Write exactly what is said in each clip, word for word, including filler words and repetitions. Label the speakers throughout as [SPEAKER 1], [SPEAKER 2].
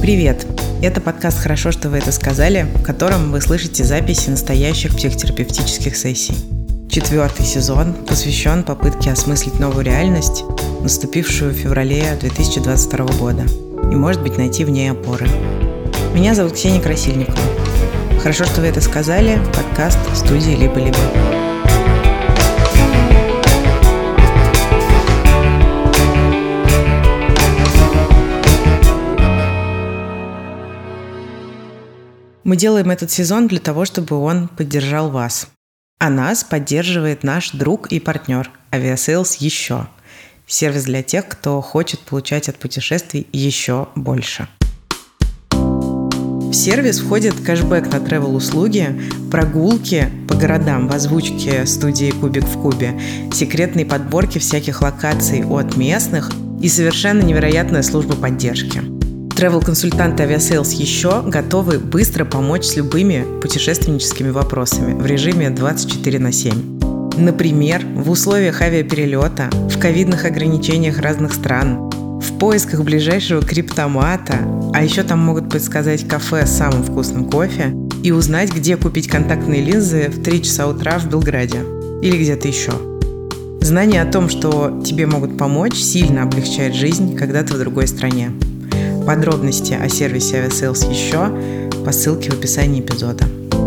[SPEAKER 1] Привет! Это подкаст «Хорошо, что вы это сказали», в котором вы слышите записи настоящих психотерапевтических сессий. Четвертый сезон посвящен попытке осмыслить новую реальность, наступившую в феврале две тысячи двадцать второго года, и, может быть, найти в ней опоры. Меня зовут Ксения Красильникова. «Хорошо, что вы это сказали» – подкаст студии «Либо-либо». Мы делаем этот сезон для того, чтобы он поддержал вас. А нас поддерживает наш друг и партнер Aviasales Еще. Сервис для тех, кто хочет получать от путешествий еще больше. В сервис входит кэшбэк на тревел-услуги, прогулки по городам в озвучке студии «Кубик в кубе», секретные подборки всяких локаций от местных и совершенно невероятная служба поддержки. Тревел-консультанты Aviasales Еще готовы быстро помочь с любыми путешественническими вопросами в режиме двадцать четыре на семь. Например, в условиях авиаперелета, в ковидных ограничениях разных стран, в поисках ближайшего криптомата, а еще там могут подсказать кафе с самым вкусным кофе и узнать, где купить контактные линзы в три часа утра в Белграде или где-то еще. Знание о том, что тебе могут помочь, сильно облегчает жизнь, когда ты в другой стране. Подробности о сервисе Aviasales Еще по ссылке в описании эпизода.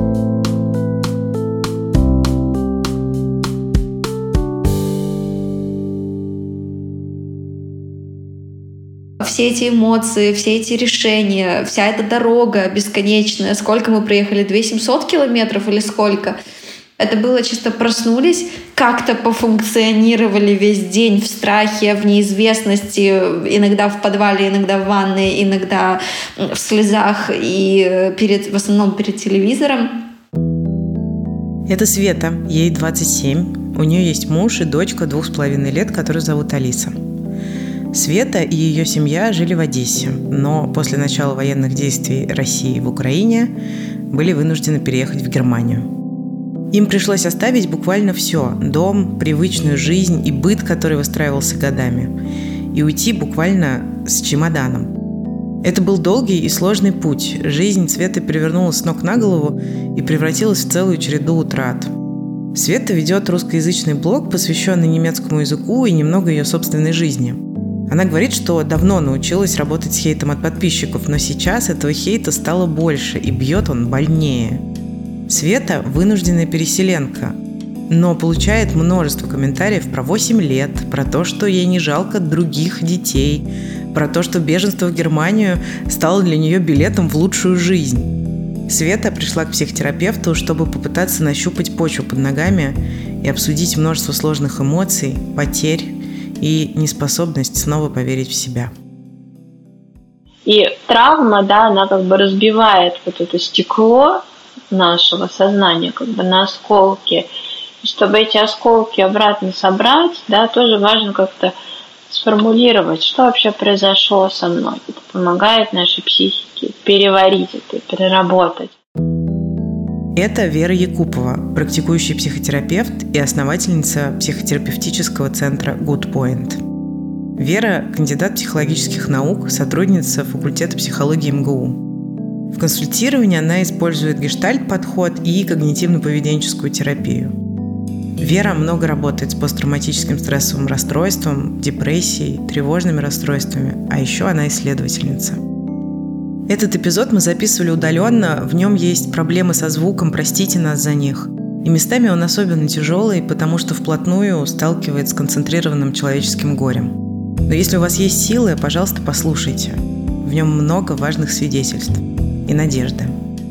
[SPEAKER 2] Все эти эмоции, все эти решения, вся эта дорога бесконечная, сколько мы проехали, две тысячи семьсот километров или сколько? Это было чисто проснулись, как-то пофункционировали весь день в страхе, в неизвестности, иногда в подвале, иногда в ванной, иногда в слезах и перед, в основном перед телевизором.
[SPEAKER 1] Это Света, ей двадцать семь. У нее есть муж и дочка двух с половиной лет, которую зовут Алиса. Света и ее семья жили в Одессе, но после начала военных действий России в Украине были вынуждены переехать в Германию. Им пришлось оставить буквально все – дом, привычную жизнь и быт, который выстраивался годами, и уйти буквально с чемоданом. Это был долгий и сложный путь. Жизнь Светы перевернулась с ног на голову и превратилась в целую череду утрат. Света ведет русскоязычный блог, посвященный немецкому языку и немного ее собственной жизни. Она говорит, что давно научилась работать с хейтом от подписчиков, но сейчас этого хейта стало больше, и бьет он больнее. Света – вынужденная переселенка, но получает множество комментариев про восемь лет, про то, что ей не жалко других детей, про то, что беженство в Германию стало для нее билетом в лучшую жизнь. Света пришла к психотерапевту, чтобы попытаться нащупать почву под ногами и обсудить множество сложных эмоций, потерь и неспособность снова поверить в себя.
[SPEAKER 3] И травма, да, она как бы разбивает вот это стекло нашего сознания как бы на осколки. И чтобы эти осколки обратно собрать, да, тоже важно как-то сформулировать, что вообще произошло со мной. Это помогает нашей психике переварить это, переработать.
[SPEAKER 1] Это Вера Якупова, практикующий психотерапевт и основательница психотерапевтического центра Good Point. Вера – кандидат психологических наук, сотрудница факультета психологии эм гэ у. В консультировании она использует гештальт-подход и когнитивно-поведенческую терапию. Вера много работает с посттравматическим стрессовым расстройством, депрессией, тревожными расстройствами, а еще она исследовательница. Этот эпизод мы записывали удаленно, в нем есть проблемы со звуком, простите нас за них. И местами он особенно тяжелый, потому что вплотную сталкивается с концентрированным человеческим горем. Но если у вас есть силы, пожалуйста, послушайте. В нем много важных свидетельств и надежды.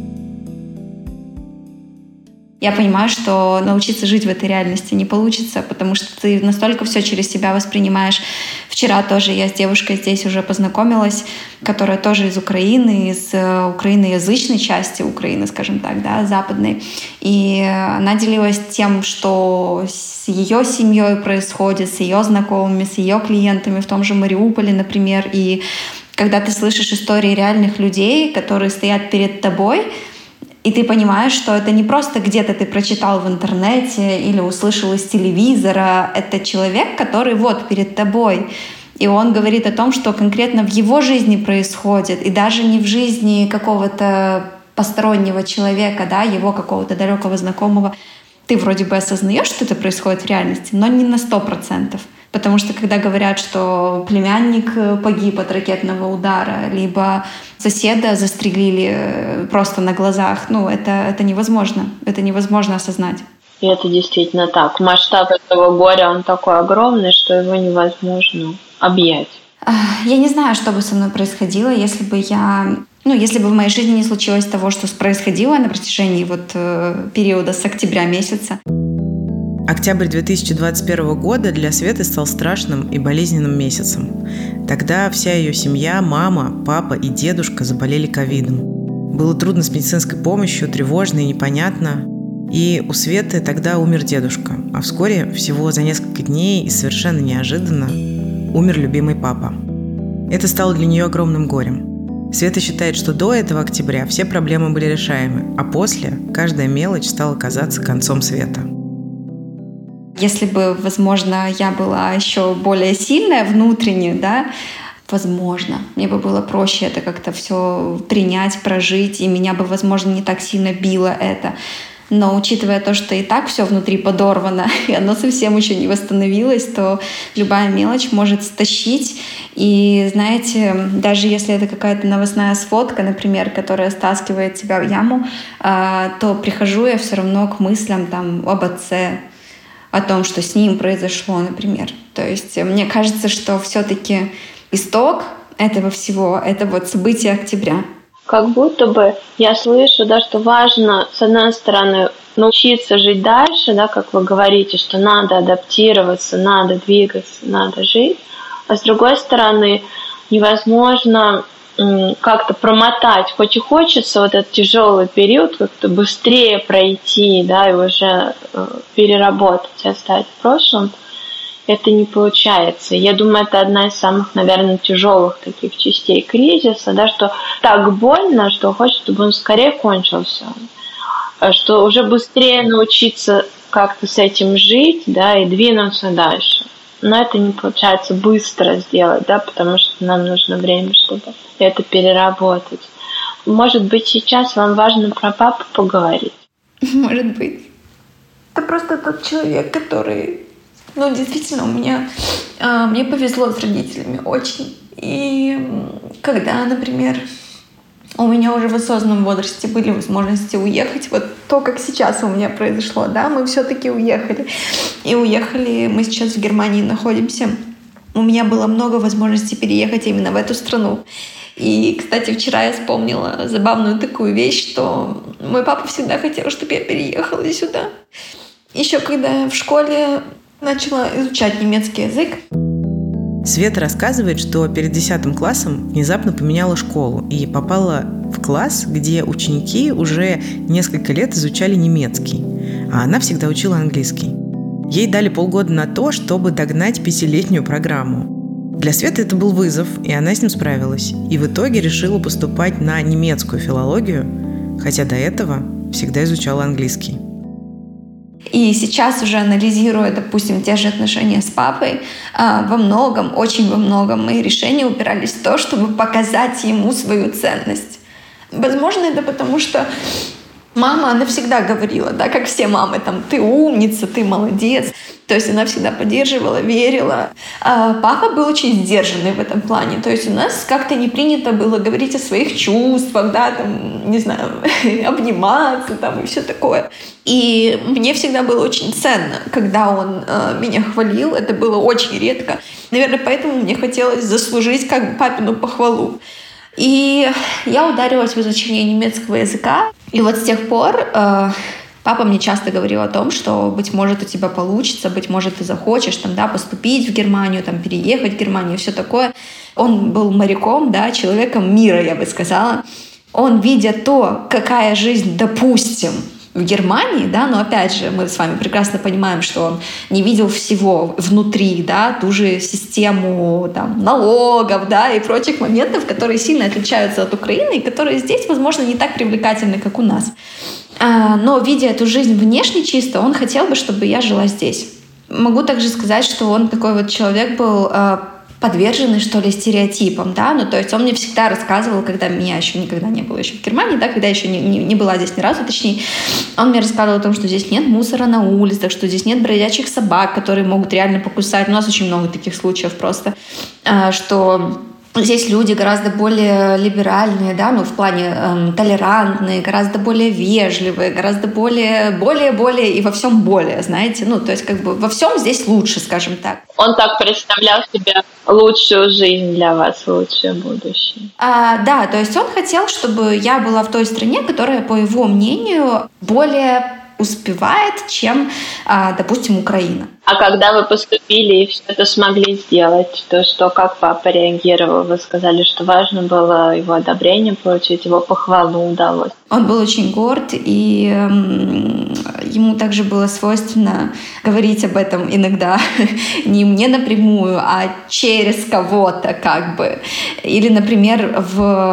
[SPEAKER 2] Я понимаю, что научиться жить в этой реальности не получится, потому что ты настолько все через себя воспринимаешь. Вчера тоже я с девушкой здесь уже познакомилась, которая тоже из Украины, из украиноязычной части Украины, скажем так, да, западной. И она делилась тем, что с ее семьей происходит, с ее знакомыми, с ее клиентами в том же Мариуполе, например. И когда ты слышишь истории реальных людей, которые стоят перед тобой, и ты понимаешь, что это не просто где-то ты прочитал в интернете или услышал из телевизора. Это человек, который вот перед тобой. И он говорит о том, что конкретно в его жизни происходит, и даже не в жизни какого-то постороннего человека, да, его какого-то далекого знакомого. Ты вроде бы осознаешь, что это происходит в реальности, но не на сто процентов. Потому что когда говорят, что племянник погиб от ракетного удара, либо соседа застрелили просто на глазах, ну, это, это невозможно. Это невозможно осознать.
[SPEAKER 3] И это действительно так. Масштаб этого горя, он такой огромный, что его невозможно объять.
[SPEAKER 2] Я не знаю, что бы со мной происходило, если бы я... Ну, если бы в моей жизни не случилось того, что происходило на протяжении вот э, периода с октября месяца.
[SPEAKER 1] Октябрь две тысячи двадцать первого года для Светы стал страшным и болезненным месяцем. Тогда вся ее семья, мама, папа и дедушка заболели ковидом. Было трудно с медицинской помощью, тревожно и непонятно. И у Светы тогда умер дедушка, а вскоре, всего за несколько дней и совершенно неожиданно, умер любимый папа. Это стало для нее огромным горем. Света считает, что до этого октября все проблемы были решаемы, а после каждая мелочь стала казаться концом света.
[SPEAKER 2] Если бы, возможно, я была еще более сильная внутренне, да, возможно, мне бы было проще это как-то все принять, прожить, и меня бы, возможно, не так сильно било это. Но учитывая то, что и так все внутри подорвано, и оно совсем еще не восстановилось, то любая мелочь может стащить. И знаете, даже если это какая-то новостная сводка, например, которая стаскивает тебя в яму, то прихожу я все равно к мыслям там, об отце, о том, что с ним произошло, например. То есть мне кажется, что все-таки исток этого всего — это вот события октября.
[SPEAKER 3] Как будто бы я слышу, да, что важно, с одной стороны, научиться жить дальше, да, как вы говорите, что надо адаптироваться, надо двигаться, надо жить, а с другой стороны, невозможно как-то промотать, хоть и хочется вот этот тяжелый период как-то быстрее пройти, да, и уже переработать и оставить в прошлом. Это не получается. Я думаю, это одна из самых, наверное, тяжелых таких частей кризиса, да, что так больно, что хочется, чтобы он скорее кончился, что уже быстрее научиться как-то с этим жить, да, и двинуться дальше. Но это не получается быстро сделать, да, потому что нам нужно время, чтобы это переработать. Может быть, сейчас вам важно про папу поговорить?
[SPEAKER 2] Может быть. Это просто тот человек, который... Ну, действительно, у меня, э, мне повезло с родителями очень. И когда, например, у меня уже в осознанном возрасте были возможности уехать, вот то, как сейчас у меня произошло, да, мы все-таки уехали. И уехали, мы сейчас в Германии находимся. У меня было много возможностей переехать именно в эту страну. И, кстати, вчера я вспомнила забавную такую вещь, что мой папа всегда хотел, чтобы я переехала сюда. Еще когда я в школе начала изучать немецкий язык.
[SPEAKER 1] Света рассказывает, что перед десятым классом внезапно поменяла школу и попала в класс, где ученики уже несколько лет изучали немецкий, а она всегда учила английский. Ей дали полгода на то, чтобы догнать пятилетнюю программу. Для Светы это был вызов, и она с ним справилась. И в итоге решила поступать на немецкую филологию, хотя до этого всегда изучала английский.
[SPEAKER 2] И сейчас уже анализируя, допустим, те же отношения с папой, во многом, очень во многом мои решения упирались в то, чтобы показать ему свою ценность. Возможно, это потому, что мама, она всегда говорила, да, как все мамы, там, ты умница, ты молодец. То есть она всегда поддерживала, верила. А папа был очень сдержанный в этом плане. То есть у нас как-то не принято было говорить о своих чувствах, да, там, не знаю, обниматься там, и все такое. И мне всегда было очень ценно, когда он э, меня хвалил. Это было очень редко. Наверное, поэтому мне хотелось заслужить как бы папину похвалу. И я ударилась в изучение немецкого языка. И вот с тех пор э, папа мне часто говорил о том, что, быть может, у тебя получится, быть может, ты захочешь там, да, поступить в Германию, там, переехать в Германию, все такое. Он был моряком, да, человеком мира, я бы сказала. Он, видя то, какая жизнь, допустим, в Германии, да, но опять же мы с вами прекрасно понимаем, что он не видел всего внутри, да, ту же систему там, налогов, да, и прочих моментов, которые сильно отличаются от Украины и которые здесь, возможно, не так привлекательны, как у нас. А, но видя эту жизнь внешне чисто, он хотел бы, чтобы я жила здесь. Могу также сказать, что он такой вот человек был, подвержены, что ли, стереотипам, да, ну, то есть он мне всегда рассказывал, когда меня еще никогда не было еще в Германии, да, когда еще не, не, не была здесь ни разу, точнее, он мне рассказывал о том, что здесь нет мусора на улицах, что здесь нет бродячих собак, которые могут реально покусать, у нас очень много таких случаев просто, что здесь люди гораздо более либеральные, да, ну, в плане эм, толерантные, гораздо более вежливые, гораздо более, более, более и во всем более, знаете, ну, то есть как бы во всем здесь лучше, скажем так.
[SPEAKER 3] Он так представлял себе лучшую жизнь для вас, лучшее будущее.
[SPEAKER 2] А, да, то есть он хотел, чтобы я была в той стране, которая, по его мнению, более успевает, чем, допустим, Украина.
[SPEAKER 3] А когда вы поступили и все это смогли сделать, то что, как папа реагировал? Вы сказали, что важно было его одобрение получить, его похвалу удалось.
[SPEAKER 2] Он был очень горд, и м- ему также было свойственно говорить об этом иногда не мне напрямую, а через кого-то как бы. Или, например,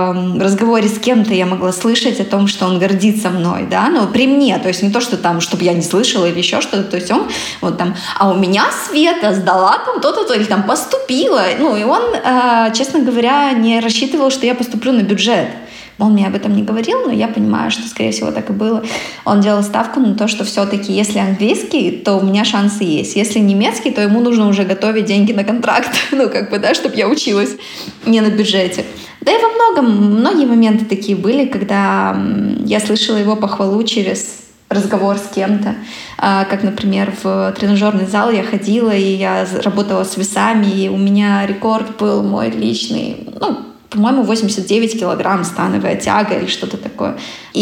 [SPEAKER 2] в разговоре с кем-то я могла слышать о том, что он гордится мной, да, но при мне, то есть не то, что там, чтобы я не слышала или еще что-то, то есть он вот там, а у меня Света сдала там то-то, то или там поступила, ну и он, э, честно говоря, не рассчитывал, что я поступлю на бюджет. Он мне об этом не говорил, но я понимаю, что, скорее всего, так и было. Он делал ставку на то, что все-таки, если английский, то у меня шансы есть. Если немецкий, то ему нужно уже готовить деньги на контракт, ну, как бы, да, чтобы я училась не на бюджете. Да и во многом, многие моменты такие были, когда я слышала его похвалу через разговор с кем-то, как, например, в тренажерный зал я ходила, и я работала с весами, и у меня рекорд был мой личный, ну, по-моему, восемьдесят девять килограмм становая тяга или что-то такое.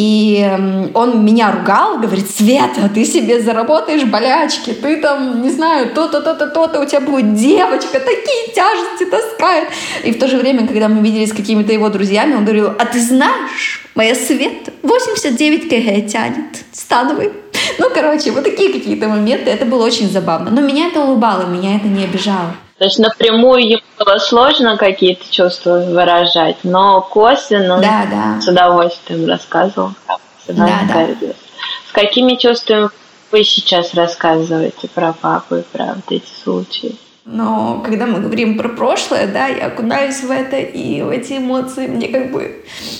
[SPEAKER 2] И он меня ругал, говорит: Света, ты себе заработаешь болячки, ты там, не знаю, то-то, то-то, то-то, у тебя будет девочка, такие тяжести таскает. И в то же время, когда мы виделись с какими-то его друзьями, он говорил: а ты знаешь, моя Света восемьдесят девять килограмм тянет, становой. Ну, короче, вот такие какие-то моменты, это было очень забавно. Но меня это улыбало, меня это не обижало.
[SPEAKER 3] То есть напрямую ему было сложно какие-то чувства выражать, но косвенно
[SPEAKER 2] да, да.
[SPEAKER 3] с удовольствием рассказывал.
[SPEAKER 2] Да, да.
[SPEAKER 3] С какими чувствами вы сейчас рассказываете про папу и про вот эти случаи?
[SPEAKER 2] Но когда мы говорим про прошлое, да, я окунаюсь в это, и в эти эмоции мне как бы...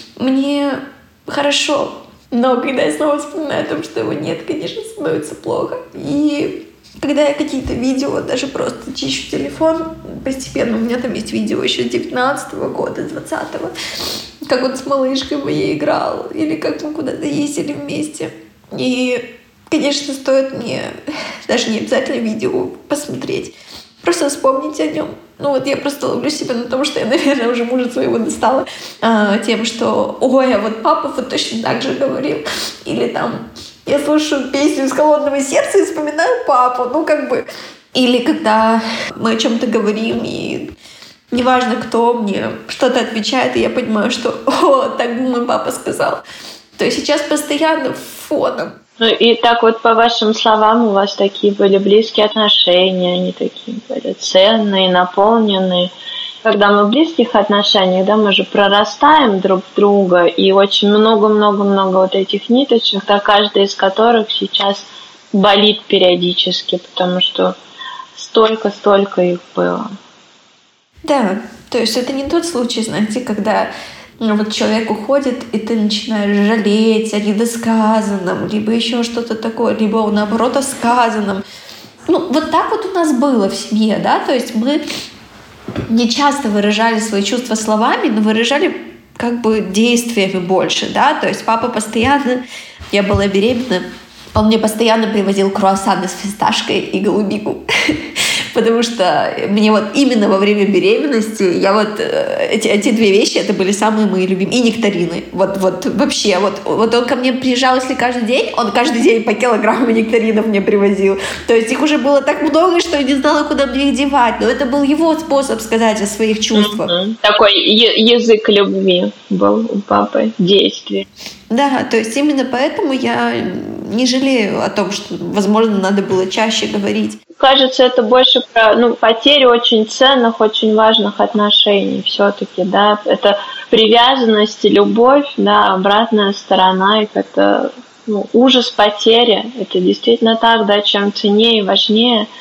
[SPEAKER 2] Мне хорошо. Но когда я снова вспоминаю о том, что его нет, конечно, становится плохо. И... Когда я какие-то видео, даже просто чищу телефон, постепенно, у меня там есть видео еще с девятнадцатого года, двадцатого, как он с малышкой моей играл, или как мы куда-то ездили вместе. И, конечно, стоит мне даже не обязательно видео посмотреть, просто вспомнить о нем. Ну вот я просто ловлю себя на том, что я, наверное, уже мужа своего достала а, тем, что ой, а вот папа вот точно так же говорил. Или там я слушаю песню из «Холодного сердца» и вспоминаю папу. Ну как бы. Или когда мы о чем-то говорим, и неважно, кто мне что-то отвечает, и я понимаю, что о, так бы мой папа сказал. То есть сейчас постоянно фоном.
[SPEAKER 3] Ну и так вот, по вашим словам, у вас такие были близкие отношения, они такие были ценные, наполненные. Когда мы в близких отношениях, да, мы же прорастаем друг в друга, и очень много-много-много вот этих ниточек, да, каждая из которых сейчас болит периодически, потому что столько-столько их было.
[SPEAKER 2] Да, то есть это не тот случай, знаете, когда вот человек уходит, и ты начинаешь жалеть о недосказанном, либо еще что-то такое, либо наоборот о сказанном. Ну, вот так вот у нас было в семье, да, то есть мы не часто выражали свои чувства словами, но выражали как бы действиями больше, да, то есть папа постоянно, я была беременна, он мне постоянно привозил круассаны с фисташкой и голубику, потому что мне вот именно во время беременности я вот эти, эти две вещи, это были самые мои любимые. И нектарины. Вот, вот вообще. Вот, вот он ко мне приезжал, если каждый день, он каждый день по килограмму нектаринов мне привозил. То есть их уже было так много, что я не знала, куда мне их девать. Но это был его способ сказать о своих чувствах.
[SPEAKER 3] Mm-hmm. Такой я- язык любви был у папы, действий.
[SPEAKER 2] Да, то есть именно поэтому я не жалею о том, что, возможно, надо было чаще говорить.
[SPEAKER 3] Кажется, это больше про ну, потерю очень ценных, очень важных отношений все-таки, да. Это привязанность и любовь, да, обратная сторона, их это ну, ужас потери. Это действительно так, да, чем ценнее и важнее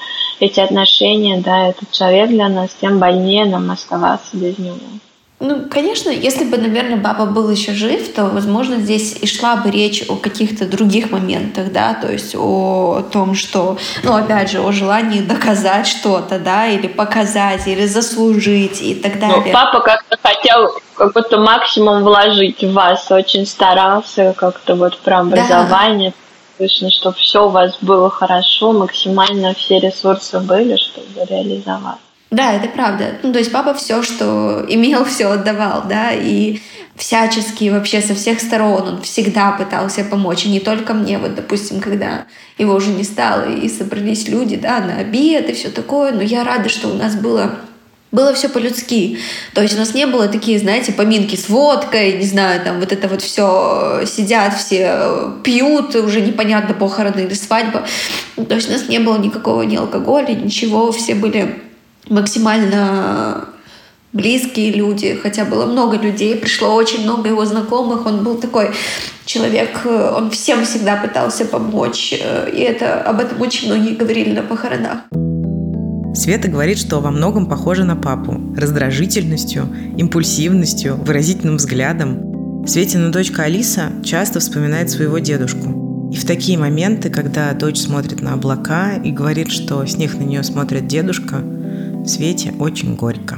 [SPEAKER 3] эти отношения, да, этот человек для нас, тем больнее нам оставаться без него.
[SPEAKER 2] Ну, конечно, если бы, наверное, папа был еще жив, то, возможно, здесь и шла бы речь о каких-то других моментах, да, то есть о том, что, ну, опять же, о желании доказать что-то, да, или показать, или заслужить и так далее.
[SPEAKER 3] Ну, папа как-то хотел какой-то максимум вложить в вас, очень старался как-то вот про образование, да. Слышно, чтобы все у вас было хорошо, максимально все ресурсы были, чтобы реализовать.
[SPEAKER 2] Да, это правда. Ну, то есть папа все, что имел, все отдавал, да, и всячески вообще со всех сторон он всегда пытался помочь, и не только мне, вот, допустим, когда его уже не стало, и собрались люди, да, на обед и все такое, но я рада, что у нас было было все по-людски. То есть у нас не было такие, знаете, поминки с водкой, не знаю, там вот это вот все сидят, все пьют, уже непонятно, похороны или свадьба. То есть у нас не было никакого ни алкоголя, ничего, все были максимально близкие люди, хотя было много людей, пришло очень много его знакомых, он был такой человек, он всем всегда пытался помочь, и это, об этом очень многие говорили на похоронах.
[SPEAKER 1] Света говорит, что во многом похожа на папу, раздражительностью, импульсивностью, выразительным взглядом. Светина дочка Алиса часто вспоминает своего дедушку. И в такие моменты, когда дочь смотрит на облака и говорит, что с них на нее смотрит дедушка, Свете очень горько.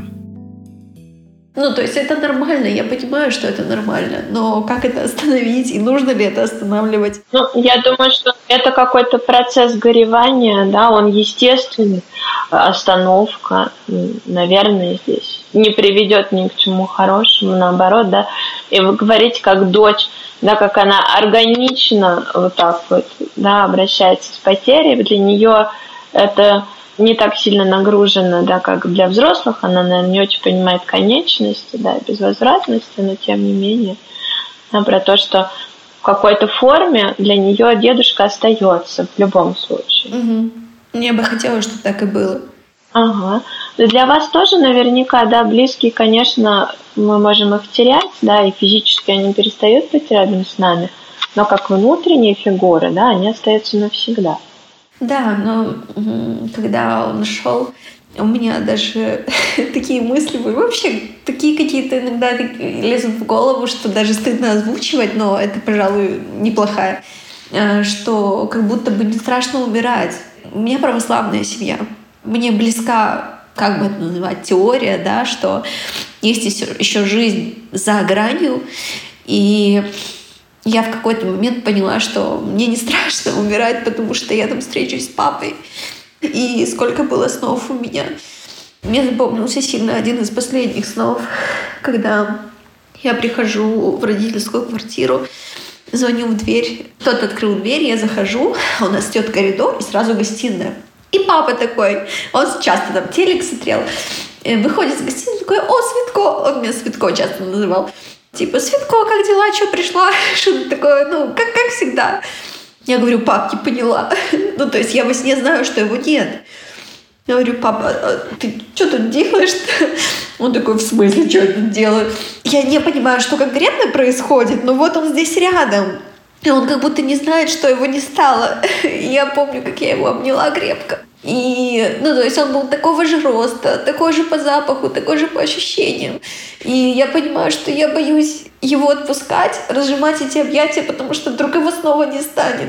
[SPEAKER 2] Ну, то есть это нормально, я понимаю, что это нормально, но как это остановить и нужно ли это останавливать?
[SPEAKER 3] Ну, я думаю, что это какой-то процесс горевания, да, он естественный, остановка, наверное, здесь не приведет ни к чему хорошему, наоборот, да, и вы говорите, как дочь, да, как она органично вот так вот, да, обращается с потерей, для нее это не так сильно нагружена, да, как для взрослых, она, наверное, не очень понимает конечности, да, безвозвратности, но тем не менее, да, про то, что в какой-то форме для нее дедушка остается в любом случае.
[SPEAKER 2] Угу. Мне бы хотелось, чтобы так и было.
[SPEAKER 3] Ага. Для вас тоже наверняка, да, близкие, конечно, мы можем их терять, да, и физически они перестают быть рядом с нами, но как внутренние фигуры, да, они остаются навсегда.
[SPEAKER 2] Да, но когда он ушел, у меня даже такие мысли были, вообще такие какие-то иногда лезут в голову, что даже стыдно озвучивать, но это, пожалуй, неплохая, что как будто бы не страшно умирать. У меня православная семья. Мне близка, как бы это называть, теория, да, что есть еще жизнь за гранью, и я в какой-то момент поняла, что мне не страшно умирать, потому что я там встречусь с папой. И сколько было снов у меня. Мне запомнился сильно один из последних снов, когда я прихожу в родительскую квартиру, звоню в дверь. Кто-то открыл дверь, я захожу, у нас идет коридор и сразу гостиная. И папа такой, он часто там телек смотрел, выходит из гостиной, такой: «О, Светко!» Он меня Светко часто называл. Типа: «Светко, как дела? Что, пришла?» Что-то такое, ну, как, как всегда. Я говорю: «Пап, не поняла». Ну, то есть я во сне знаю, что его нет. Я говорю: «Папа, ты что тут делаешь-то?» Он такой: «В смысле, что я тут делаю?» Я не понимаю, что конкретно происходит, но вот он здесь рядом. И он как будто не знает, что его не стало. И я помню, как я его обняла крепко. И, ну, то есть он был такого же роста, такой же по запаху, такой же по ощущениям. И я понимаю, что я боюсь его отпускать, разжимать эти объятия, потому что вдруг его снова не станет.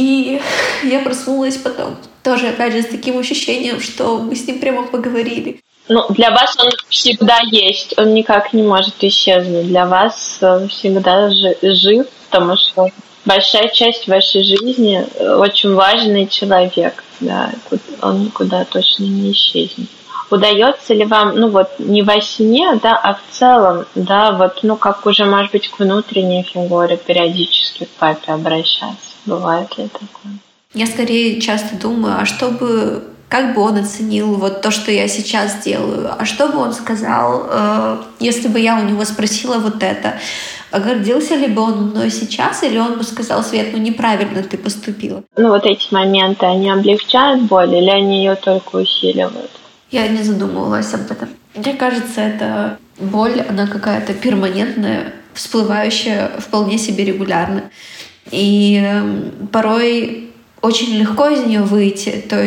[SPEAKER 2] И я проснулась потом. Тоже, опять же, с таким ощущением, что мы с ним прямо поговорили.
[SPEAKER 3] Ну, для вас он всегда есть, он никак не может исчезнуть. Для вас он всегда жив, потому что большая часть вашей жизни, очень важный человек, да, он никуда точно не исчезнет. Удается ли вам, ну вот, не во сне, да, а в целом, да, вот, ну, как уже, может быть, к внутренней фигуре периодически к папе обращаться? Бывает ли такое?
[SPEAKER 2] Я скорее часто думаю, а что бы, как бы он оценил вот то, что я сейчас делаю, а что бы он сказал, э, если бы я у него спросила вот это, гордился ли бы он мной сейчас, или он бы сказал: «Свет, ну неправильно ты поступила».
[SPEAKER 3] Ну вот эти моменты, они облегчают боль или они ее только усиливают?
[SPEAKER 2] Я не задумывалась об этом. Мне кажется, эта боль, она какая-то перманентная, всплывающая вполне себе регулярно. И порой очень легко из нее выйти. То есть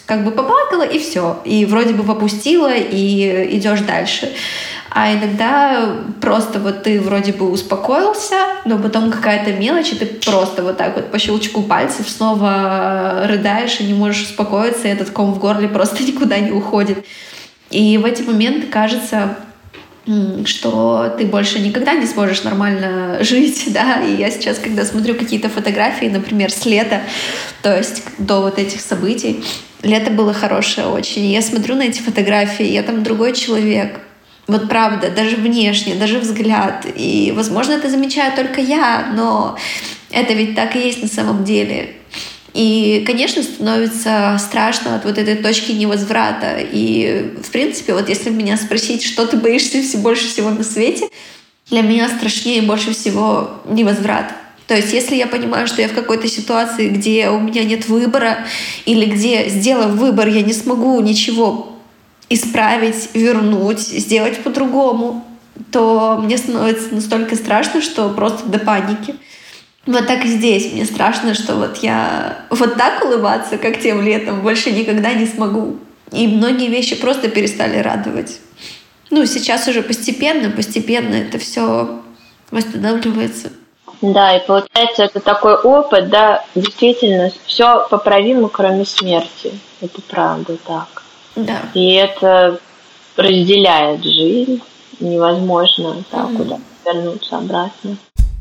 [SPEAKER 2] как бы поплакала и все, и вроде бы попустила, и идешь дальше. А иногда просто вот ты вроде бы успокоился, но потом какая-то мелочь, и ты просто вот так вот по щелчку пальцев снова рыдаешь и не можешь успокоиться, и этот ком в горле просто никуда не уходит. И в эти моменты кажется, что ты больше никогда не сможешь нормально жить, да, и я сейчас, когда смотрю какие-то фотографии, например, с лета, то есть до вот этих событий, лето было хорошее очень, и я смотрю на эти фотографии, я там другой человек, вот правда, даже внешне, даже взгляд, и, возможно, это замечаю только я, но это ведь так и есть на самом деле. И, конечно, становится страшно от вот этой точки невозврата. И, в принципе, вот если меня спросить, что ты боишься больше всего на свете, для меня страшнее больше всего невозврат. То есть, если я понимаю, что я в какой-то ситуации, где у меня нет выбора, или где, сделав выбор, я не смогу ничего исправить, вернуть, сделать по-другому, то мне становится настолько страшно, что просто до паники. Вот так и здесь. Мне страшно, что вот я вот так улыбаться, как тем летом, больше никогда не смогу. И многие вещи просто перестали радовать. Ну, сейчас уже постепенно, постепенно это все восстанавливается.
[SPEAKER 3] Да, и получается, это такой опыт, да, действительно, все поправимо, кроме смерти. Это правда так.
[SPEAKER 2] Да.
[SPEAKER 3] И это разделяет жизнь. Невозможно так mm-hmm. куда вернуться обратно.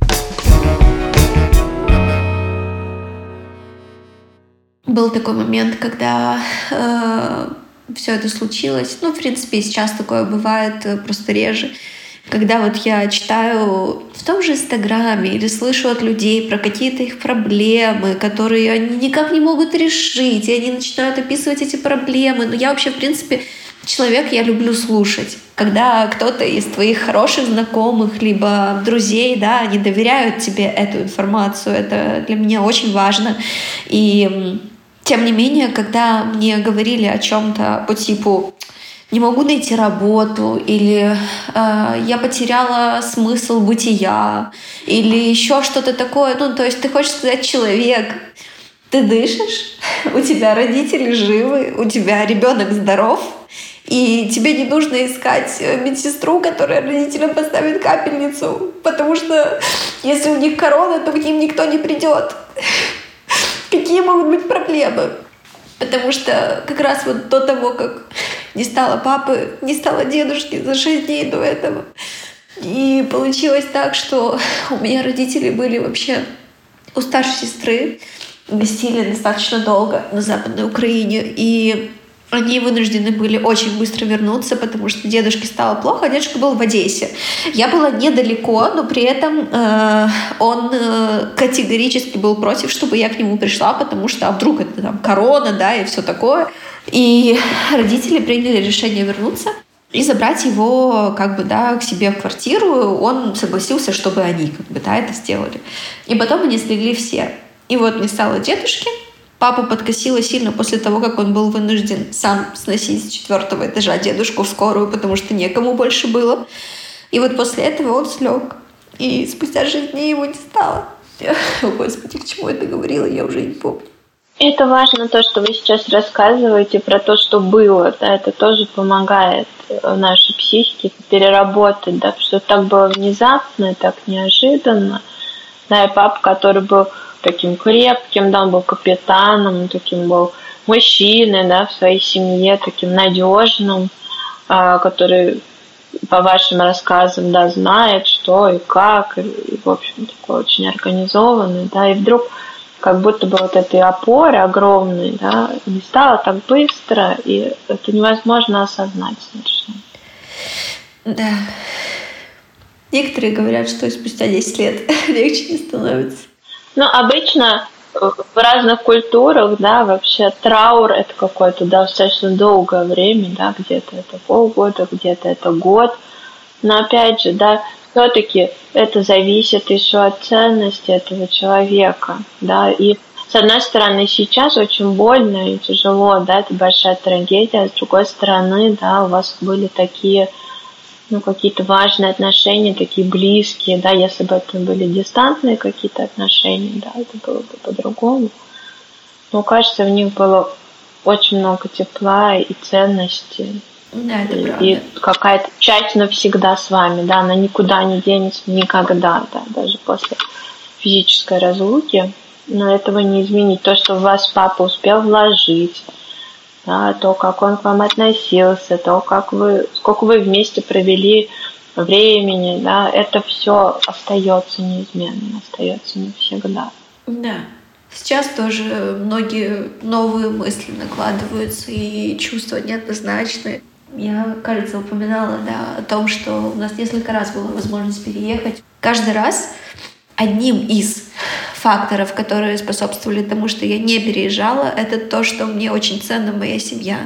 [SPEAKER 2] Был такой момент, когда э, все это случилось. Ну, в принципе, сейчас такое бывает, просто реже. Когда вот я читаю в том же Инстаграме или слышу от людей про какие-то их проблемы, которые они никак не могут решить, и они начинают описывать эти проблемы. Но я вообще, в принципе, человек, я люблю слушать. Когда кто-то из твоих хороших знакомых, либо друзей, да, они доверяют тебе эту информацию, это для меня очень важно. И тем не менее, когда мне говорили о чем-то по типу «не могу найти работу» или э, «я потеряла смысл бытия» или еще что-то такое, ну, то есть ты хочешь сказать «человек, ты дышишь, у тебя родители живы, у тебя ребенок здоров, и тебе не нужно искать медсестру, которая родителям поставит капельницу, потому что если у них корона, то к ним никто не придет». Какие могут быть проблемы? Потому что как раз вот до того, как не стало папы, не стало дедушки за шесть дней до этого. И получилось так, что у меня родители были вообще у старшей сестры, гостили достаточно долго на Западной Украине, и они вынуждены были очень быстро вернуться, потому что дедушке стало плохо, а дедушка был в Одессе. Я была недалеко, но при этом э, он э, категорически был против, чтобы я к нему пришла, потому что а вдруг это там корона, да, и все такое. И родители приняли решение вернуться и забрать его как бы, да, к себе в квартиру. Он согласился, чтобы они как бы, да, это сделали. И потом они слегли все. И вот не стало дедушки. Папу подкосило сильно после того, как он был вынужден сам сносить с четвертого этажа дедушку в скорую, потому что некому больше было. И вот после этого он слег. И спустя шесть дней его не стало. О, Господи, к чему я это говорила, я уже не помню.
[SPEAKER 3] Это важно то, что вы сейчас рассказываете про то, что было. Да, это тоже помогает нашей психике переработать, да, что так было внезапно, так неожиданно. Да, и папа, который был таким крепким, да, он был капитаном, таким был мужчиной, да, в своей семье, таким надежным, который, по вашим рассказам, да, знает, что и как, и, в общем, такой очень организованный, да, и вдруг как будто бы вот этой опоры огромной, да, не стало так быстро, и это невозможно осознать совершенно.
[SPEAKER 2] Да. Некоторые говорят, что и спустя десять лет легче не становится.
[SPEAKER 3] Ну, обычно в разных культурах, да, вообще траур — это какое-то, да, достаточно долгое время, да, где-то это полгода, где-то это год. Но опять же, да, все-таки это зависит еще от ценности этого человека, да, и с одной стороны сейчас очень больно и тяжело, да, это большая трагедия, а с другой стороны, да, у вас были такие, ну, какие-то важные отношения, такие близкие, да, если бы это были дистантные какие-то отношения, да, это было бы по-другому. Но, кажется, в них было очень много тепла и ценности.
[SPEAKER 2] Да, это
[SPEAKER 3] и,
[SPEAKER 2] правда.
[SPEAKER 3] И какая-то часть навсегда с вами, да, она никуда не денется никогда, да, даже после физической разлуки. Но этого не изменить. То, что в вас папа успел вложить, да, то, как он к вам относился, то, как вы, сколько вы вместе провели времени, да, это все остается неизменным, остается навсегда.
[SPEAKER 2] Да. Сейчас тоже многие новые мысли накладываются, и чувства неоднозначные. Я, кажется, упоминала, да, о том, что у нас несколько раз была возможность переехать. Каждый раз одним из факторов, которые способствовали тому, что я не переезжала, это то, что мне очень ценна моя семья.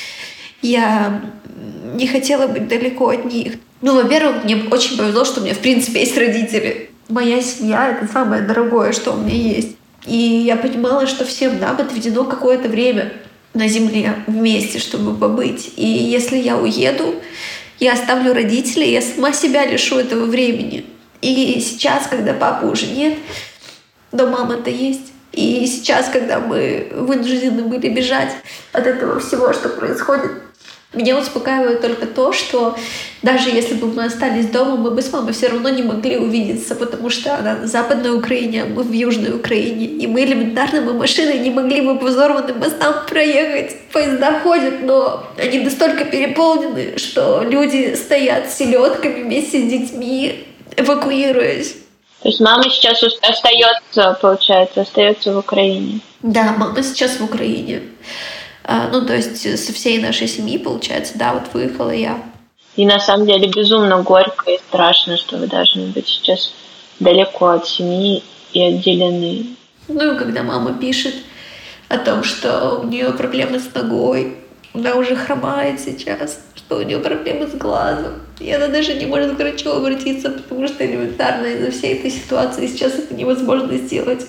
[SPEAKER 2] Я не хотела быть далеко от них. Ну, во-первых, мне очень повезло, что у меня, в принципе, есть родители. Моя семья — это самое дорогое, что у меня есть. И я понимала, что всем нам отведено какое-то время на земле вместе, чтобы побыть. И если я уеду, я оставлю родителей, я сама себя лишу этого времени. И сейчас, когда папы уже нет, но мама-то есть. И сейчас, когда мы вынуждены были бежать от этого всего, что происходит, меня успокаивает только то, что даже если бы мы остались дома, мы бы с мамой все равно не могли увидеться, потому что она на Западной Украине, а мы в Южной Украине. И мы элементарно, мы машиной не могли бы по взорванным мостам проехать. Поезда ходят, но они настолько переполнены, что люди стоят с селедками вместе с детьми, эвакуируясь.
[SPEAKER 3] То есть мама сейчас остается, получается, остается в Украине?
[SPEAKER 2] Да, мама сейчас в Украине. А, ну, то есть со всей нашей семьи, получается, да, вот выехала я.
[SPEAKER 3] И на самом деле безумно горько и страшно, что вы должны быть сейчас далеко от семьи и отделены.
[SPEAKER 2] Ну, и когда мама пишет о том, что у нее проблемы с ногой, она уже хромает сейчас, что у нее проблемы с глазом, и она даже не может к врачу обратиться, потому что элементарно из-за всей этой ситуации сейчас это невозможно сделать.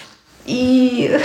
[SPEAKER 2] И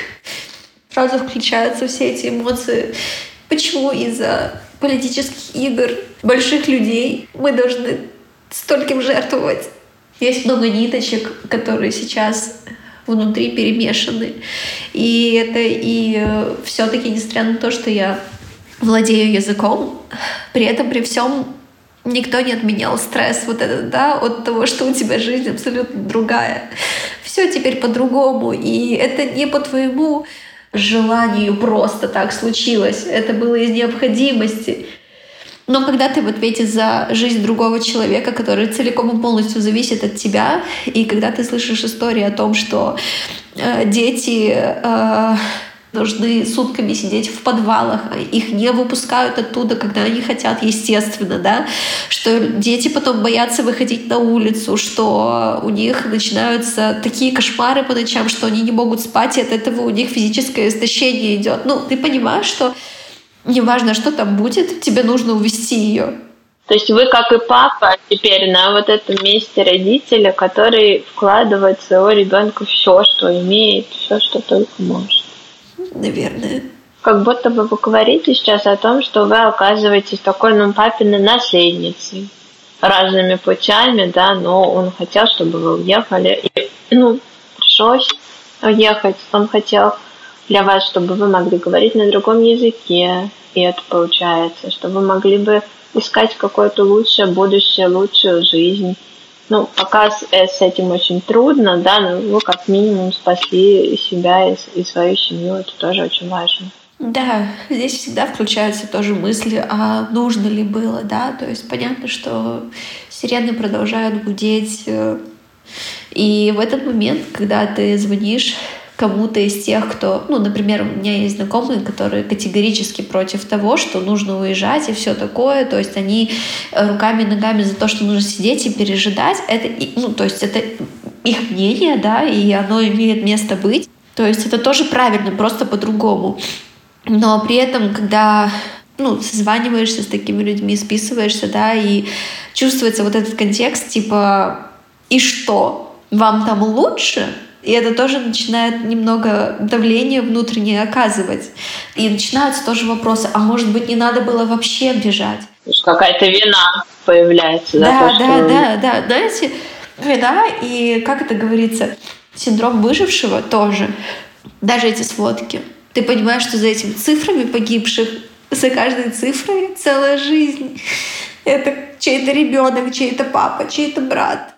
[SPEAKER 2] сразу включаются все эти эмоции. Почему из-за политических игр больших людей мы должны стольким жертвовать? Есть много ниточек, которые сейчас внутри перемешаны. И это и все-таки, несмотря на то, что я владею языком, при этом, при всем, никто не отменял стресс вот этот, да, от того, что у тебя жизнь абсолютно другая. Все теперь по-другому, и это не по твоему желанию просто так случилось. Это было из необходимости. Но когда ты в ответе за жизнь другого человека, который целиком и полностью зависит от тебя, и когда ты слышишь истории о том, что э, дети э, должны сутками сидеть в подвалах, их не выпускают оттуда, когда они хотят, естественно, да, что дети потом боятся выходить на улицу, что у них начинаются такие кошмары по ночам, что они не могут спать, и от этого у них физическое истощение идет. Ну, ты понимаешь, что неважно, что там будет, тебе нужно увести ее.
[SPEAKER 3] То есть вы, как и папа, теперь на вот этом месте родителя, который вкладывает в своего ребенка все, что имеет, все, что только может.
[SPEAKER 2] Наверное.
[SPEAKER 3] Как будто бы вы говорите сейчас о том, что вы оказываетесь такой, ну, папиной наследницей. Разными путями, да, но он хотел, чтобы вы уехали. И, ну, пришлось уехать. Он хотел для вас, чтобы вы могли говорить на другом языке. И это получается, что вы могли бы искать какое-то лучшее будущее, лучшую жизнь. Ну, пока с, с этим очень трудно, да, но вы как минимум спасли себя и, и свою семью, это тоже очень важно.
[SPEAKER 2] Да, здесь всегда включаются тоже мысли, а нужно ли было, да, то есть понятно, что сирены продолжают гудеть, и в этот момент, когда ты звонишь кому-то из тех, кто, ну, например, у меня есть знакомые, которые категорически против того, что нужно уезжать и все такое, то есть они руками и ногами за то, что нужно сидеть и пережидать, это, ну, то есть это их мнение, да, и оно имеет место быть, то есть это тоже правильно, просто по-другому. Но при этом, когда, ну, созваниваешься с такими людьми, списываешься, да, и чувствуется вот этот контекст, типа, и что, вам там лучше? И это тоже начинает немного давление внутреннее оказывать. И начинаются тоже вопросы, а может быть, не надо было вообще бежать?
[SPEAKER 3] То есть какая-то вина появляется.
[SPEAKER 2] Да,
[SPEAKER 3] да,
[SPEAKER 2] да,
[SPEAKER 3] что...
[SPEAKER 2] да, да. Знаете, вина и, как это говорится, синдром выжившего тоже. Даже эти сводки. Ты понимаешь, что за этими цифрами погибших, за каждой цифрой целая жизнь. Это чей-то ребенок, чей-то папа, чей-то брат.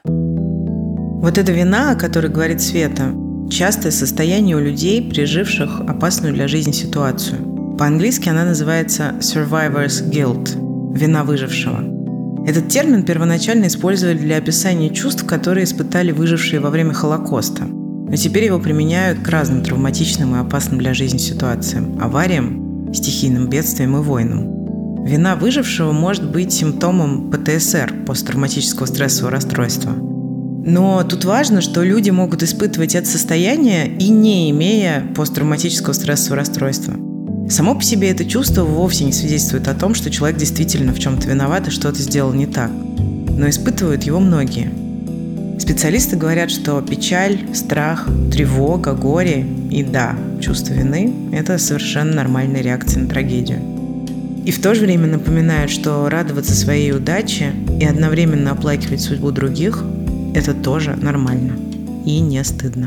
[SPEAKER 1] Вот эта вина, о которой говорит Света, частое состояние у людей, переживших опасную для жизни ситуацию. По-английски она называется survivor's guilt – вина выжившего. Этот термин первоначально использовали для описания чувств, которые испытали выжившие во время Холокоста. Но теперь его применяют к разным травматичным и опасным для жизни ситуациям – авариям, стихийным бедствиям и войнам. Вина выжившего может быть симптомом пэ тэ эс эр – посттравматического стрессового расстройства. Но тут важно, что люди могут испытывать это состояние и не имея посттравматического стрессового расстройства. Само по себе это чувство вовсе не свидетельствует о том, что человек действительно в чем-то виноват и что-то сделал не так. Но испытывают его многие. Специалисты говорят, что печаль, страх, тревога, горе и, да, чувство вины – это совершенно нормальная реакция на трагедию. И в то же время напоминают, что радоваться своей удаче и одновременно оплакивать судьбу других – это тоже нормально и не стыдно.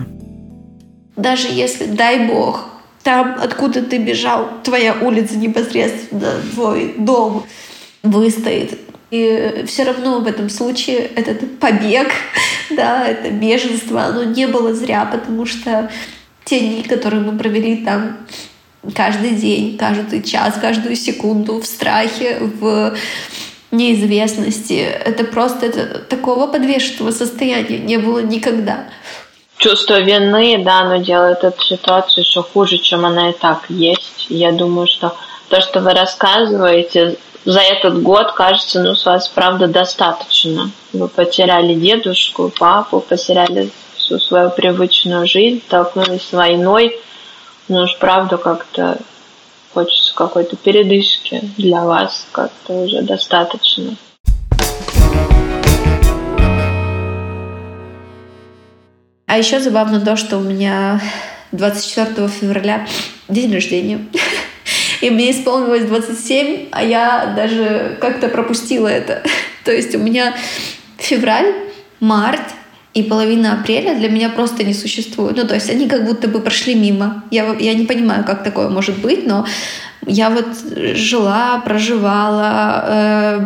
[SPEAKER 2] Даже если, дай бог, там, откуда ты бежал, твоя улица непосредственно, твой дом выстоит. И все равно в этом случае этот побег, да, это беженство, оно не было зря, потому что те дни, которые мы провели там каждый день, каждый час, каждую секунду в страхе, в неизвестности, это просто это, такого подвешенного состояния не было никогда.
[SPEAKER 3] Чувство вины, да, оно делает эту ситуацию еще хуже, чем она и так есть. Я думаю, что то, что вы рассказываете, за этот год, кажется, ну, с вас, правда, достаточно. Вы потеряли дедушку, папу, потеряли всю свою привычную жизнь, столкнулись с войной. Ну уж, правда, как-то хочется какой-то передышки для вас, как-то уже достаточно.
[SPEAKER 2] А еще забавно то, что у меня двадцать четвёртого февраля день рождения. И мне исполнилось двадцать семь, а я даже как-то пропустила это. То есть у меня февраль, март и половина апреля для меня просто не существуют. Ну, то есть они как будто бы прошли мимо. Я, я не понимаю, как такое может быть, но я вот жила, проживала, э,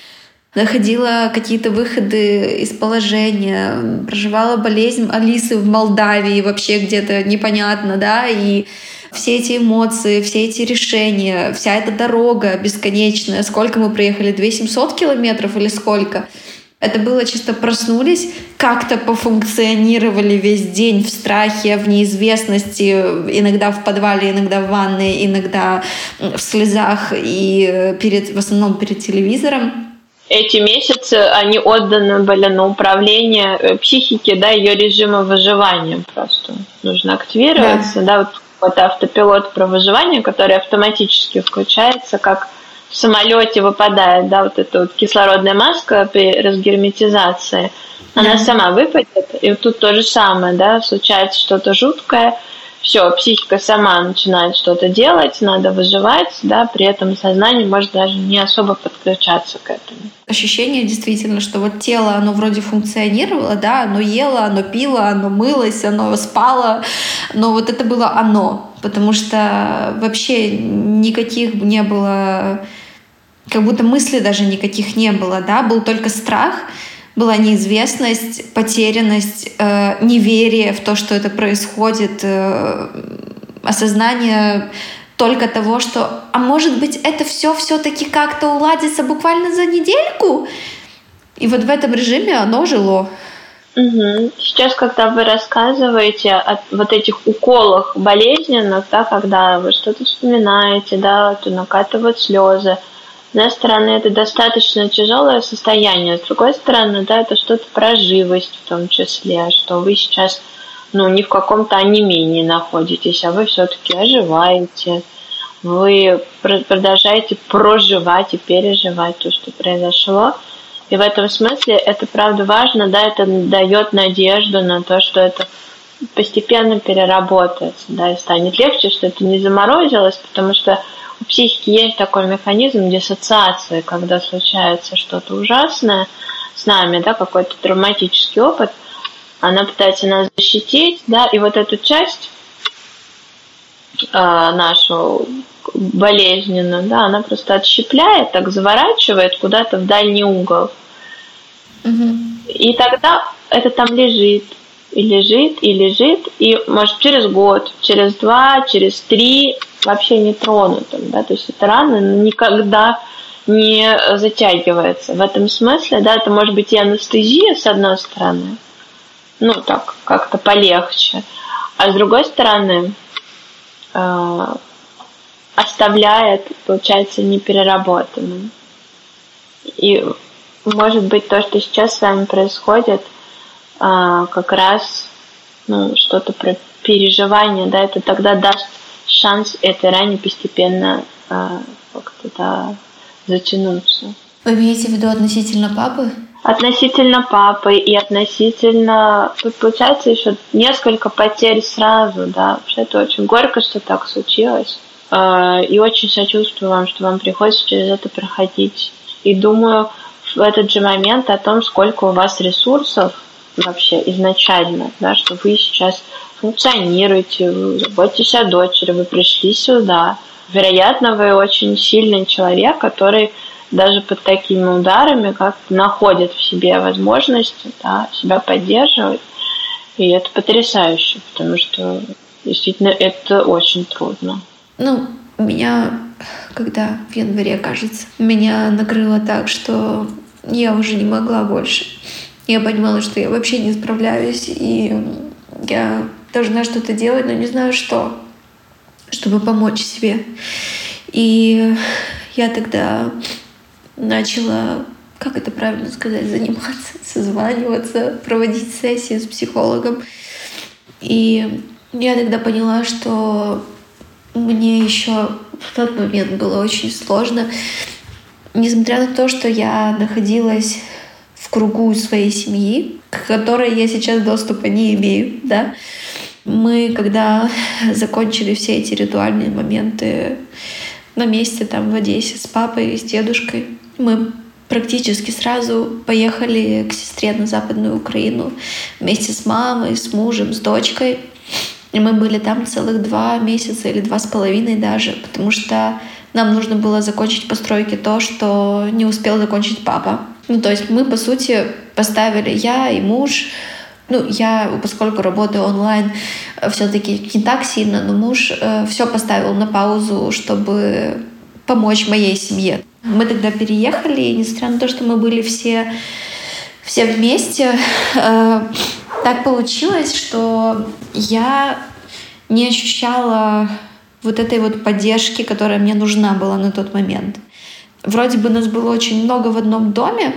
[SPEAKER 2] находила какие-то выходы из положения, проживала болезнь Алисы в Молдавии, вообще где-то непонятно, да, и все эти эмоции, все эти решения, вся эта дорога бесконечная, сколько мы проехали, две тысячи семьсот километров или сколько? Это было чисто проснулись, как-то пофункционировали весь день в страхе, в неизвестности, иногда в подвале, иногда в ванной, иногда в слезах и перед, в основном перед телевизором.
[SPEAKER 3] Эти месяцы, они отданы были на управление психики, да, ее режима выживания просто. Нужно активироваться, да, да вот, вот автопилот про выживание, который автоматически включается, как в самолете выпадает, да, вот эта вот кислородная маска при разгерметизации, она да. сама выпадет, и тут то же самое, да, случается что-то жуткое, все, психика сама начинает что-то делать, надо выживать, да, при этом сознание может даже не особо подключаться к этому.
[SPEAKER 2] Ощущение действительно, что вот тело, оно вроде функционировало, да, оно ело, оно пило, оно мылось, оно спало, но вот это было оно, потому что вообще никаких не было, как будто мыслей даже никаких не было, да, был только страх, была неизвестность, потерянность, э, неверие в то, что это происходит, э, осознание только того, что, а может быть, это все все-таки как-то уладится буквально за недельку? И вот в этом режиме оно жило.
[SPEAKER 3] Угу. Сейчас, когда вы рассказываете о вот этих уколах болезненных, да, когда вы что-то вспоминаете, да, то накатывают слезы, с одной стороны, это достаточно тяжелое состояние, с другой стороны, да, это что-то про живость в том числе, что вы сейчас, ну, не в каком-то онемении находитесь, а вы все-таки оживаете, вы продолжаете проживать и переживать то, что произошло. И в этом смысле это, правда, важно, да, это дает надежду на то, что это постепенно переработается, да, и станет легче, что это не заморозилось, потому что у психики есть такой механизм диссоциации, когда случается что-то ужасное с нами, да, какой-то травматический опыт, она пытается нас защитить, да, и вот эту часть нашу болезненную, да, она просто отщепляет, так заворачивает куда-то в дальний угол.
[SPEAKER 2] Угу.
[SPEAKER 3] И тогда это там лежит, и лежит, и лежит, и может через год, через два, через три вообще не тронутым, да, то есть эта рана никогда не затягивается. В этом смысле, да, это может быть и анестезия, с одной стороны, ну так, как-то полегче, а с другой стороны э, оставляет, получается, непереработанным. И может быть то, что сейчас с вами происходит, э, как раз ну, что-то про переживание, да, это тогда даст шанс этой ране постепенно э, как-то да, затянуться.
[SPEAKER 2] Вы имеете в виду относительно папы?
[SPEAKER 3] Относительно папы и относительно... Тут получается еще несколько потерь сразу, да. Вообще это очень горько, что так случилось. И очень сочувствую вам, что вам приходится через это проходить. И думаю в этот же момент о том, сколько у вас ресурсов вообще изначально, да, что вы сейчас функционируете, вы заботитесь о дочери, вы пришли сюда. Вероятно, вы очень сильный человек, который даже под такими ударами как-то находит в себе возможности, да, себя поддерживать. И это потрясающе, потому что действительно это очень трудно.
[SPEAKER 2] Ну, меня, когда в январе, кажется, меня накрыло так, что я уже не могла больше. Я понимала, что я вообще не справляюсь, и я должна что-то делать, но не знаю что, чтобы помочь себе. И я тогда начала, как это правильно сказать, заниматься, созваниваться, проводить сессии с психологом. И я тогда поняла, что мне еще в тот момент было очень сложно, несмотря на то, что я находилась в кругу своей семьи, к которой я сейчас доступа не имею, да. Мы, когда закончили все эти ритуальные моменты на месте там в Одессе с папой и с дедушкой, мы практически сразу поехали к сестре на Западную Украину вместе с мамой, с мужем, с дочкой. И мы были там целых два месяца или два с половиной даже, потому что нам нужно было закончить постройки то, что не успел закончить папа. Ну, то есть мы, по сути, поставили, я и муж, ну, я, поскольку работаю онлайн, все-таки не так сильно, но муж э, все поставил на паузу, чтобы помочь моей семье. Мы тогда переехали, и несмотря на то, что мы были все, все вместе, э, так получилось, что я не ощущала вот этой вот поддержки, которая мне нужна была на тот момент. Вроде бы нас было очень много в одном доме,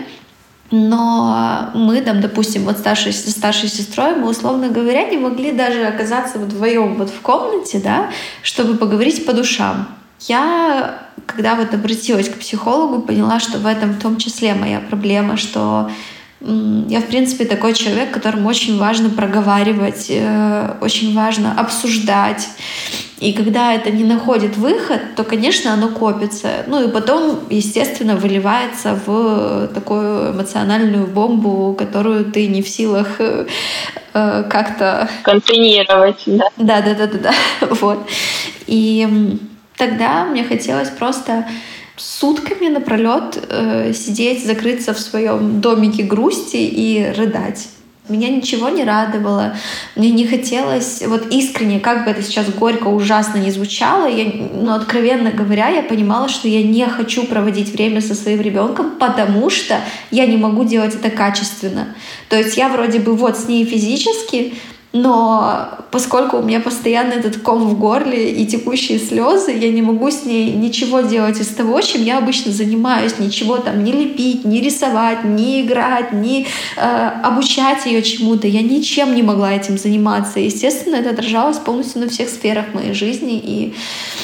[SPEAKER 2] но мы там, допустим, вот старшей, со старшей сестрой, мы, условно говоря, не могли даже оказаться вдвоем вот в комнате, да, чтобы поговорить по душам. Я, когда вот обратилась к психологу, поняла, что в этом в том числе моя проблема, что м, я, в принципе, такой человек, которому очень важно проговаривать, э, очень важно обсуждать. И когда это не находит выход, то, конечно, оно копится. Ну и потом, естественно, выливается в такую эмоциональную бомбу, которую ты не в силах э, как-то...
[SPEAKER 3] контейнировать, да?
[SPEAKER 2] Да, да, да, да, да. Вот. И тогда мне хотелось просто сутками напролет э, сидеть, закрыться в своем домике грусти и рыдать. Меня ничего не радовало, мне не хотелось, вот искренне, как бы это сейчас горько, ужасно не звучало, я, но откровенно говоря, я понимала, что я не хочу проводить время со своим ребенком, потому что я не могу делать это качественно. То есть я вроде бы вот с ней физически, но поскольку у меня постоянно этот ком в горле и текущие слезы, я не могу с ней ничего делать из того, чем я обычно занимаюсь. Ничего там не лепить, не рисовать, не играть, не э, обучать ее чему-то. Я ничем не могла этим заниматься. Естественно, это отражалось полностью на всех сферах моей жизни. И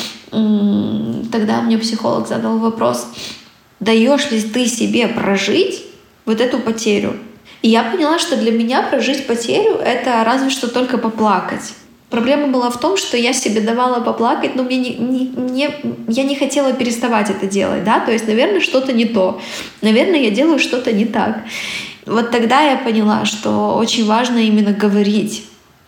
[SPEAKER 2] м- тогда мне психолог задал вопрос: даешь ли ты себе прожить вот эту потерю? И я поняла, что для меня прожить потерю — это разве что только поплакать. Проблема была в том, что я себе давала поплакать, но мне не, не, не, я не хотела переставать это делать. Да? То есть, наверное, что-то не то. Наверное, я делаю что-то не так. Вот тогда я поняла, что очень важно именно говорить.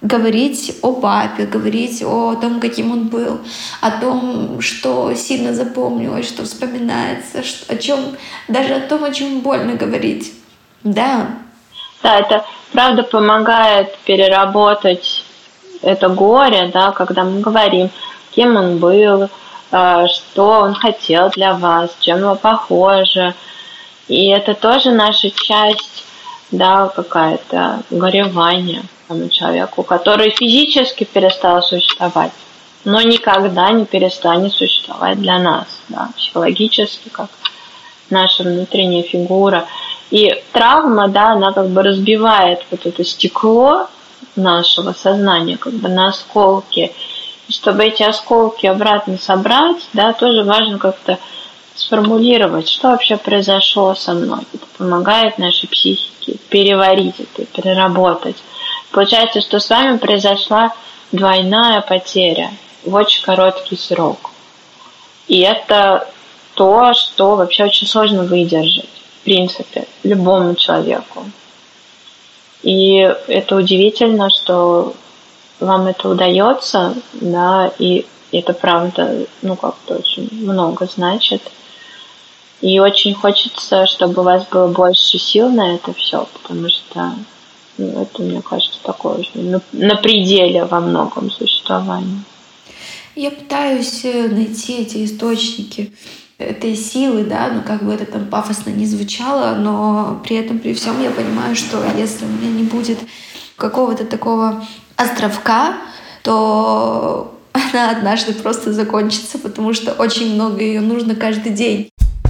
[SPEAKER 2] говорить о папе, говорить о том, каким он был, о том, что сильно запомнилось, что вспоминается, о чем, даже о том, о чем больно говорить. Да.
[SPEAKER 3] Да, это правда помогает переработать это горе, да, когда мы говорим, кем он был, что он хотел для вас, чем его похоже. И это тоже наша часть, да, какая-то горевание тому человеку, который физически перестал существовать, но никогда не перестанет существовать для нас, да, психологически, как наша внутренняя фигура. И травма, да, она как бы разбивает вот это стекло нашего сознания как бы на осколки. И чтобы эти осколки обратно собрать, да, тоже важно как-то сформулировать, что вообще произошло со мной. Это помогает нашей психике переварить это, переработать. Получается, что с вами произошла двойная потеря в очень короткий срок. И это то, что вообще очень сложно выдержать, в принципе, любому человеку. И это удивительно, что вам это удается, да, и это правда, ну, как-то очень много значит. И очень хочется, чтобы у вас было больше сил на это все, потому что, ну, это, мне кажется, такое очень на, на пределе во многом существования.
[SPEAKER 2] Я пытаюсь найти эти источники этой силы, да, ну как бы это там пафосно не звучало, но при этом, при всем я понимаю, что если у меня не будет какого-то такого островка, то она однажды просто закончится, потому что очень много ее нужно каждый день.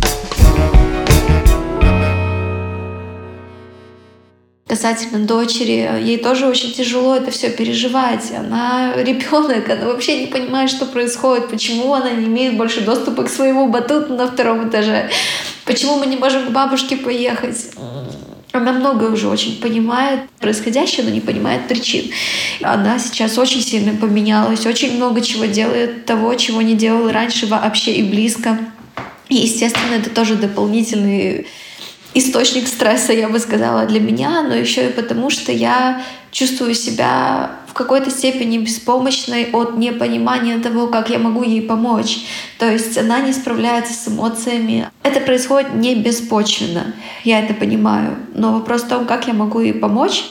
[SPEAKER 2] Касательно дочери, ей тоже очень тяжело это все переживать. Она ребенок, она вообще не понимает, что происходит, почему она не имеет больше доступа к своему батуту на втором этаже, почему мы не можем к бабушке поехать. Она многое уже очень понимает происходящее, но не понимает причин. Она сейчас очень сильно поменялась, очень много чего делает, того, чего не делала раньше вообще и близко. И, естественно, это тоже дополнительный источник стресса, я бы сказала, для меня, но еще и потому, что я чувствую себя в какой-то степени беспомощной от непонимания того, как я могу ей помочь. То есть она не справляется с эмоциями. Это происходит не беспочвенно, я это понимаю. Но вопрос в том, как я могу ей помочь.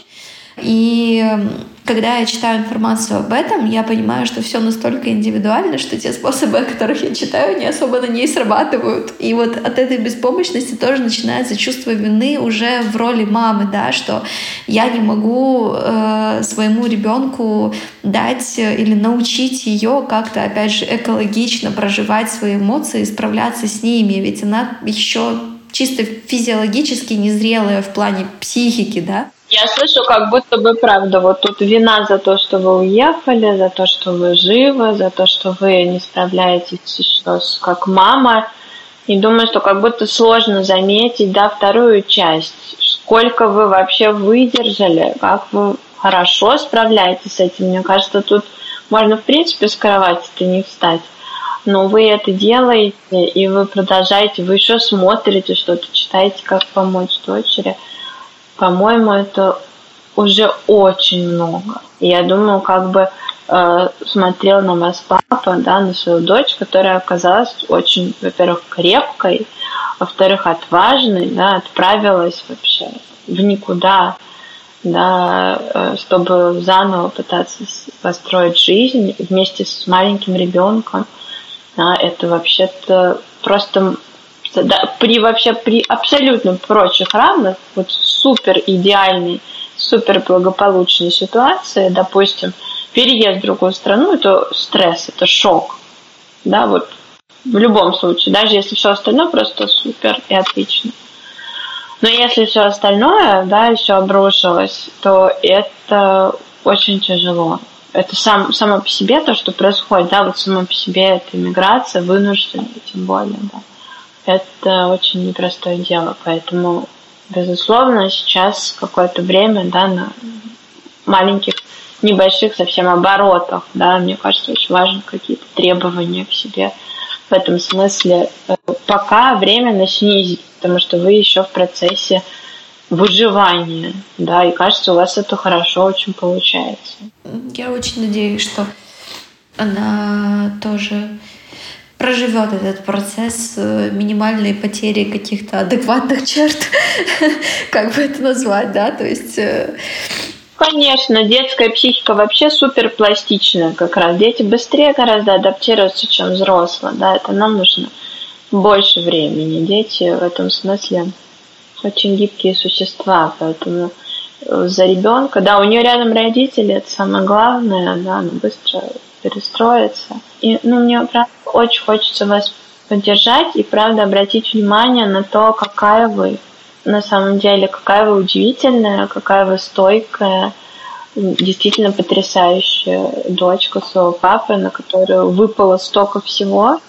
[SPEAKER 2] И когда я читаю информацию об этом, я понимаю, что все настолько индивидуально, что те способы, о которых я читаю, не особо на ней срабатывают. И вот от этой беспомощности тоже начинается чувство вины уже в роли мамы, да, что я не могу э, своему ребенку дать или научить ее как-то, опять же, экологично проживать свои эмоции, справляться с ними, ведь она еще чисто физиологически незрелая в плане психики, да.
[SPEAKER 3] Я слышу, как будто бы правда, вот тут вина за то, что вы уехали, за то, что вы живы, за то, что вы не справляетесь еще как мама. И думаю, что как будто сложно заметить, да, вторую часть. Сколько вы вообще выдержали, как вы хорошо справляетесь с этим. Мне кажется, тут можно, в принципе, с кровати-то не встать. Но вы это делаете, и вы продолжаете, вы еще смотрите что-то, читаете, как помочь дочери. По-моему, это уже очень много. И я думаю, как бы э, смотрел на вас папа, да, на свою дочь, которая оказалась очень, во-первых, крепкой, во-вторых, отважной, да, отправилась вообще в никуда, да, э, чтобы заново пытаться построить жизнь вместе с маленьким ребенком. Да, это вообще-то просто... Да, при вообще при абсолютно прочих равных, вот супер идеальной, супер благополучной ситуации, допустим, переезд в другую страну, это стресс, это шок, да, вот в любом случае, даже если все остальное просто супер и отлично. Но если все остальное, да, еще обрушилось, то это очень тяжело. Это сам, само по себе то, что происходит, да, вот само по себе это иммиграция, вынужденная, тем более, да. Это очень непростое дело, поэтому, безусловно, сейчас какое-то время, да, на маленьких, небольших совсем оборотах, да, мне кажется, очень важны какие-то требования к себе в этом смысле, пока временно снизить, потому что вы еще в процессе выживание, да, и кажется, у вас это хорошо очень получается.
[SPEAKER 2] Я очень надеюсь, что она тоже проживет этот процесс минимальной потери каких-то адекватных черт, как бы это назвать, да, то есть...
[SPEAKER 3] Конечно, детская психика вообще суперпластичная как раз. Дети быстрее гораздо адаптируются, чем взрослые, да, это нам нужно больше времени. Дети в этом смысле очень гибкие существа, поэтому за ребенка, да, у нее рядом родители, это самое главное, да, она быстро перестроится. И, ну, мне правда очень хочется вас поддержать и, правда, обратить внимание на то, какая вы на самом деле, какая вы удивительная, какая вы стойкая, действительно потрясающая дочка своего папы, на которую выпало столько всего,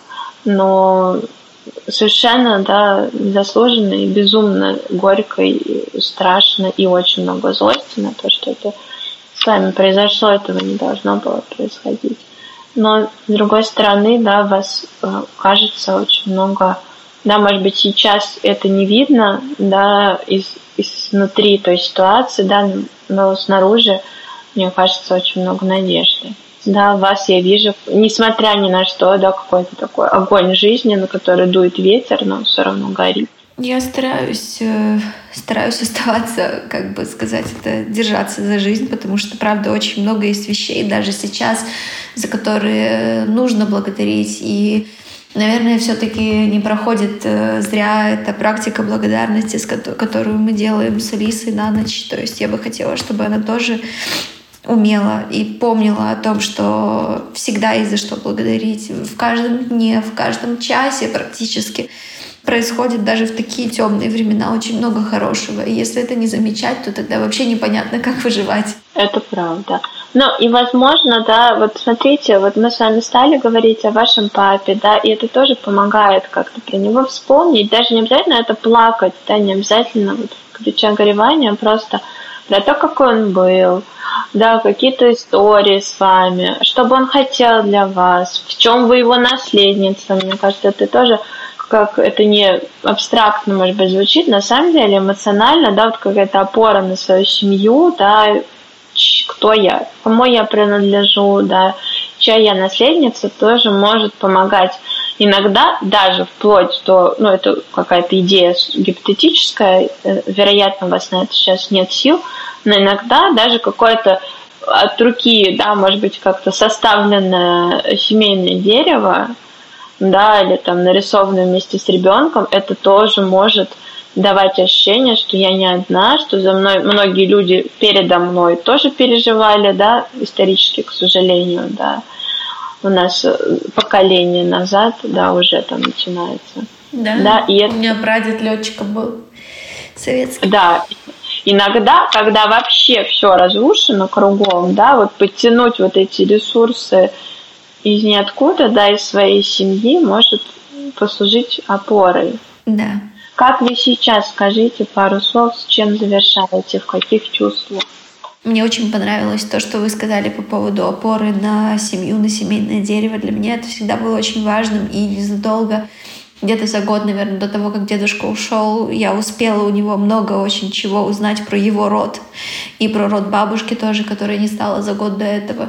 [SPEAKER 3] но совершенно, да, незаслуженно и безумно горько и страшно, и очень много злости на то, что это с вами произошло, этого не должно было происходить. Но, с другой стороны, да, вас кажется очень много, да, может быть, сейчас это не видно, да, из, изнутри той ситуации, да, но снаружи, мне кажется, очень много надежды. Да, вас я вижу, несмотря ни на что, да, какой-то такой огонь жизни, на который дует ветер, но все равно горит.
[SPEAKER 2] Я стараюсь, стараюсь оставаться, как бы сказать, это держаться за жизнь, потому что, правда, очень много есть вещей, даже сейчас, за которые нужно благодарить. И, наверное, все-таки не проходит зря эта практика благодарности, которую мы делаем с Алисой на ночь. То есть я бы хотела, чтобы она тоже умела и помнила о том, что всегда есть за что благодарить. В каждом дне, в каждом часе практически происходит даже в такие темные времена очень много хорошего. И если это не замечать, то тогда вообще непонятно, как выживать.
[SPEAKER 3] Это правда. Ну и, возможно, да, вот смотрите, вот мы с вами стали говорить о вашем папе, да, и это тоже помогает как-то про него вспомнить. Даже не обязательно это плакать, да, не обязательно вот в ключе горевания, просто про то, какой он был, да, какие-то истории с вами, что бы он хотел для вас, в чем вы его наследница. Мне кажется, это тоже, как это не абстрактно, может быть, звучит, на самом деле эмоционально, да, вот какая-то опора на свою семью, да, кто я, кому я принадлежу, да, чья я наследница, тоже может помогать. Иногда даже вплоть до, ну, это какая-то идея гипотетическая, вероятно, у вас на это сейчас нет сил, но иногда даже какое-то от руки, да, может быть, как-то составленное семейное дерево, да, или там нарисованное вместе с ребенком, это тоже может давать ощущение, что я не одна, что за мной многие люди передо мной тоже переживали, да, исторически, к сожалению, да. У нас поколение назад, да, уже там начинается.
[SPEAKER 2] Да,
[SPEAKER 3] да и
[SPEAKER 2] у
[SPEAKER 3] это...
[SPEAKER 2] меня прадед летчиком был советский.
[SPEAKER 3] Да, иногда, когда вообще все разрушено кругом, да, вот подтянуть вот эти ресурсы из ниоткуда, да, из своей семьи может послужить опорой.
[SPEAKER 2] Да.
[SPEAKER 3] Как вы сейчас, скажите пару слов, с чем завершаете, в каких чувствах?
[SPEAKER 2] Мне очень понравилось то, что вы сказали по поводу опоры на семью, на семейное дерево. Для меня это всегда было очень важным, и незадолго, где-то за год, наверное, до того, как дедушка ушел, я успела у него много очень чего узнать про его род. И про род бабушки тоже, которая не стала за год до этого.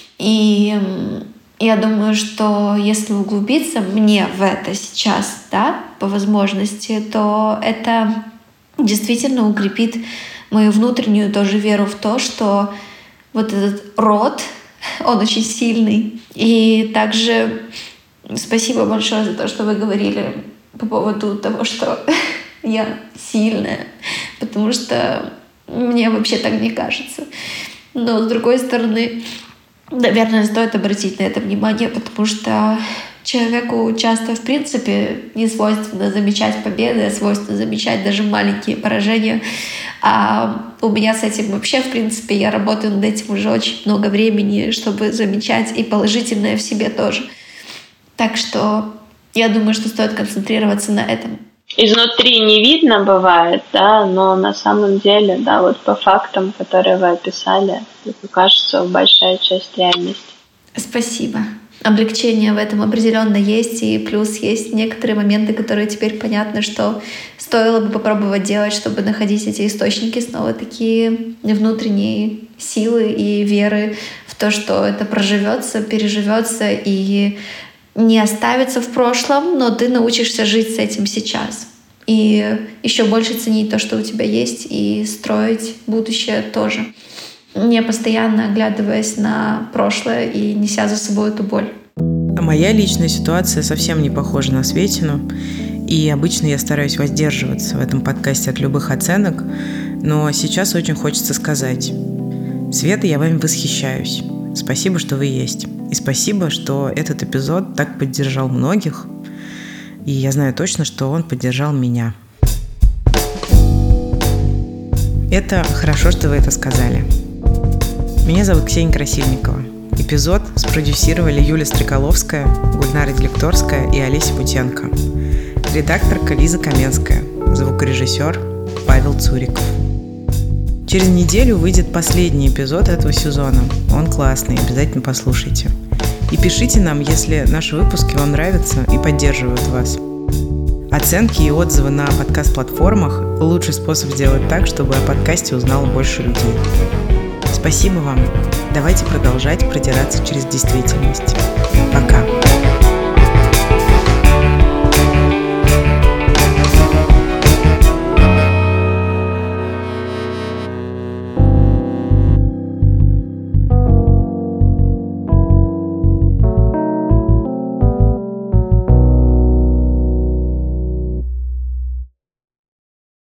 [SPEAKER 2] И я думаю, что если углубиться мне в это сейчас, да, по возможности, то это действительно укрепит мою внутреннюю тоже веру в то, что вот этот род, он очень сильный. И также спасибо большое за то, что вы говорили по поводу того, что я сильная, потому что мне вообще так не кажется. Но с другой стороны, наверное, стоит обратить на это внимание, потому что человеку часто, в принципе, не свойственно замечать победы, а свойственно замечать даже маленькие поражения. А у меня с этим вообще, в принципе, я работаю над этим уже очень много времени, чтобы замечать и положительное в себе тоже. Так что я думаю, что стоит концентрироваться на этом.
[SPEAKER 3] Изнутри не видно бывает, да, но на самом деле, да, вот по фактам, которые вы описали, это кажется большая часть реальности.
[SPEAKER 2] Спасибо. облегчение в этом определенно есть, и плюс есть некоторые моменты, которые теперь понятно, что стоило бы попробовать делать, чтобы находить эти источники снова такие внутренние силы и веры в то, что это проживется, переживется и не оставится в прошлом, но ты научишься жить с этим сейчас. И еще больше ценить то, что у тебя есть, и строить будущее тоже, не постоянно оглядываясь на прошлое и неся за собой эту боль.
[SPEAKER 1] Моя личная ситуация совсем не похожа на Светину, и обычно я стараюсь воздерживаться в этом подкасте от любых оценок, но сейчас очень хочется сказать: Света, я вами восхищаюсь. Спасибо, что вы есть. И спасибо, что этот эпизод так поддержал многих, и я знаю точно, что он поддержал меня. Это хорошо, что вы это сказали. Меня зовут Ксения Красильникова. Эпизод спродюсировали Юля Стрекаловская, Гульнара Делекторская и Олеся Бутенко. Редакторка Лиза Каменская. Звукорежиссер Павел Цуриков. Через неделю выйдет последний эпизод этого сезона. Он классный, обязательно послушайте. И пишите нам, если наши выпуски вам нравятся и поддерживают вас. Оценки и отзывы на подкаст-платформах – лучший способ сделать так, чтобы о подкасте узнало больше людей. Спасибо вам. Давайте продолжать продираться через действительность. Пока.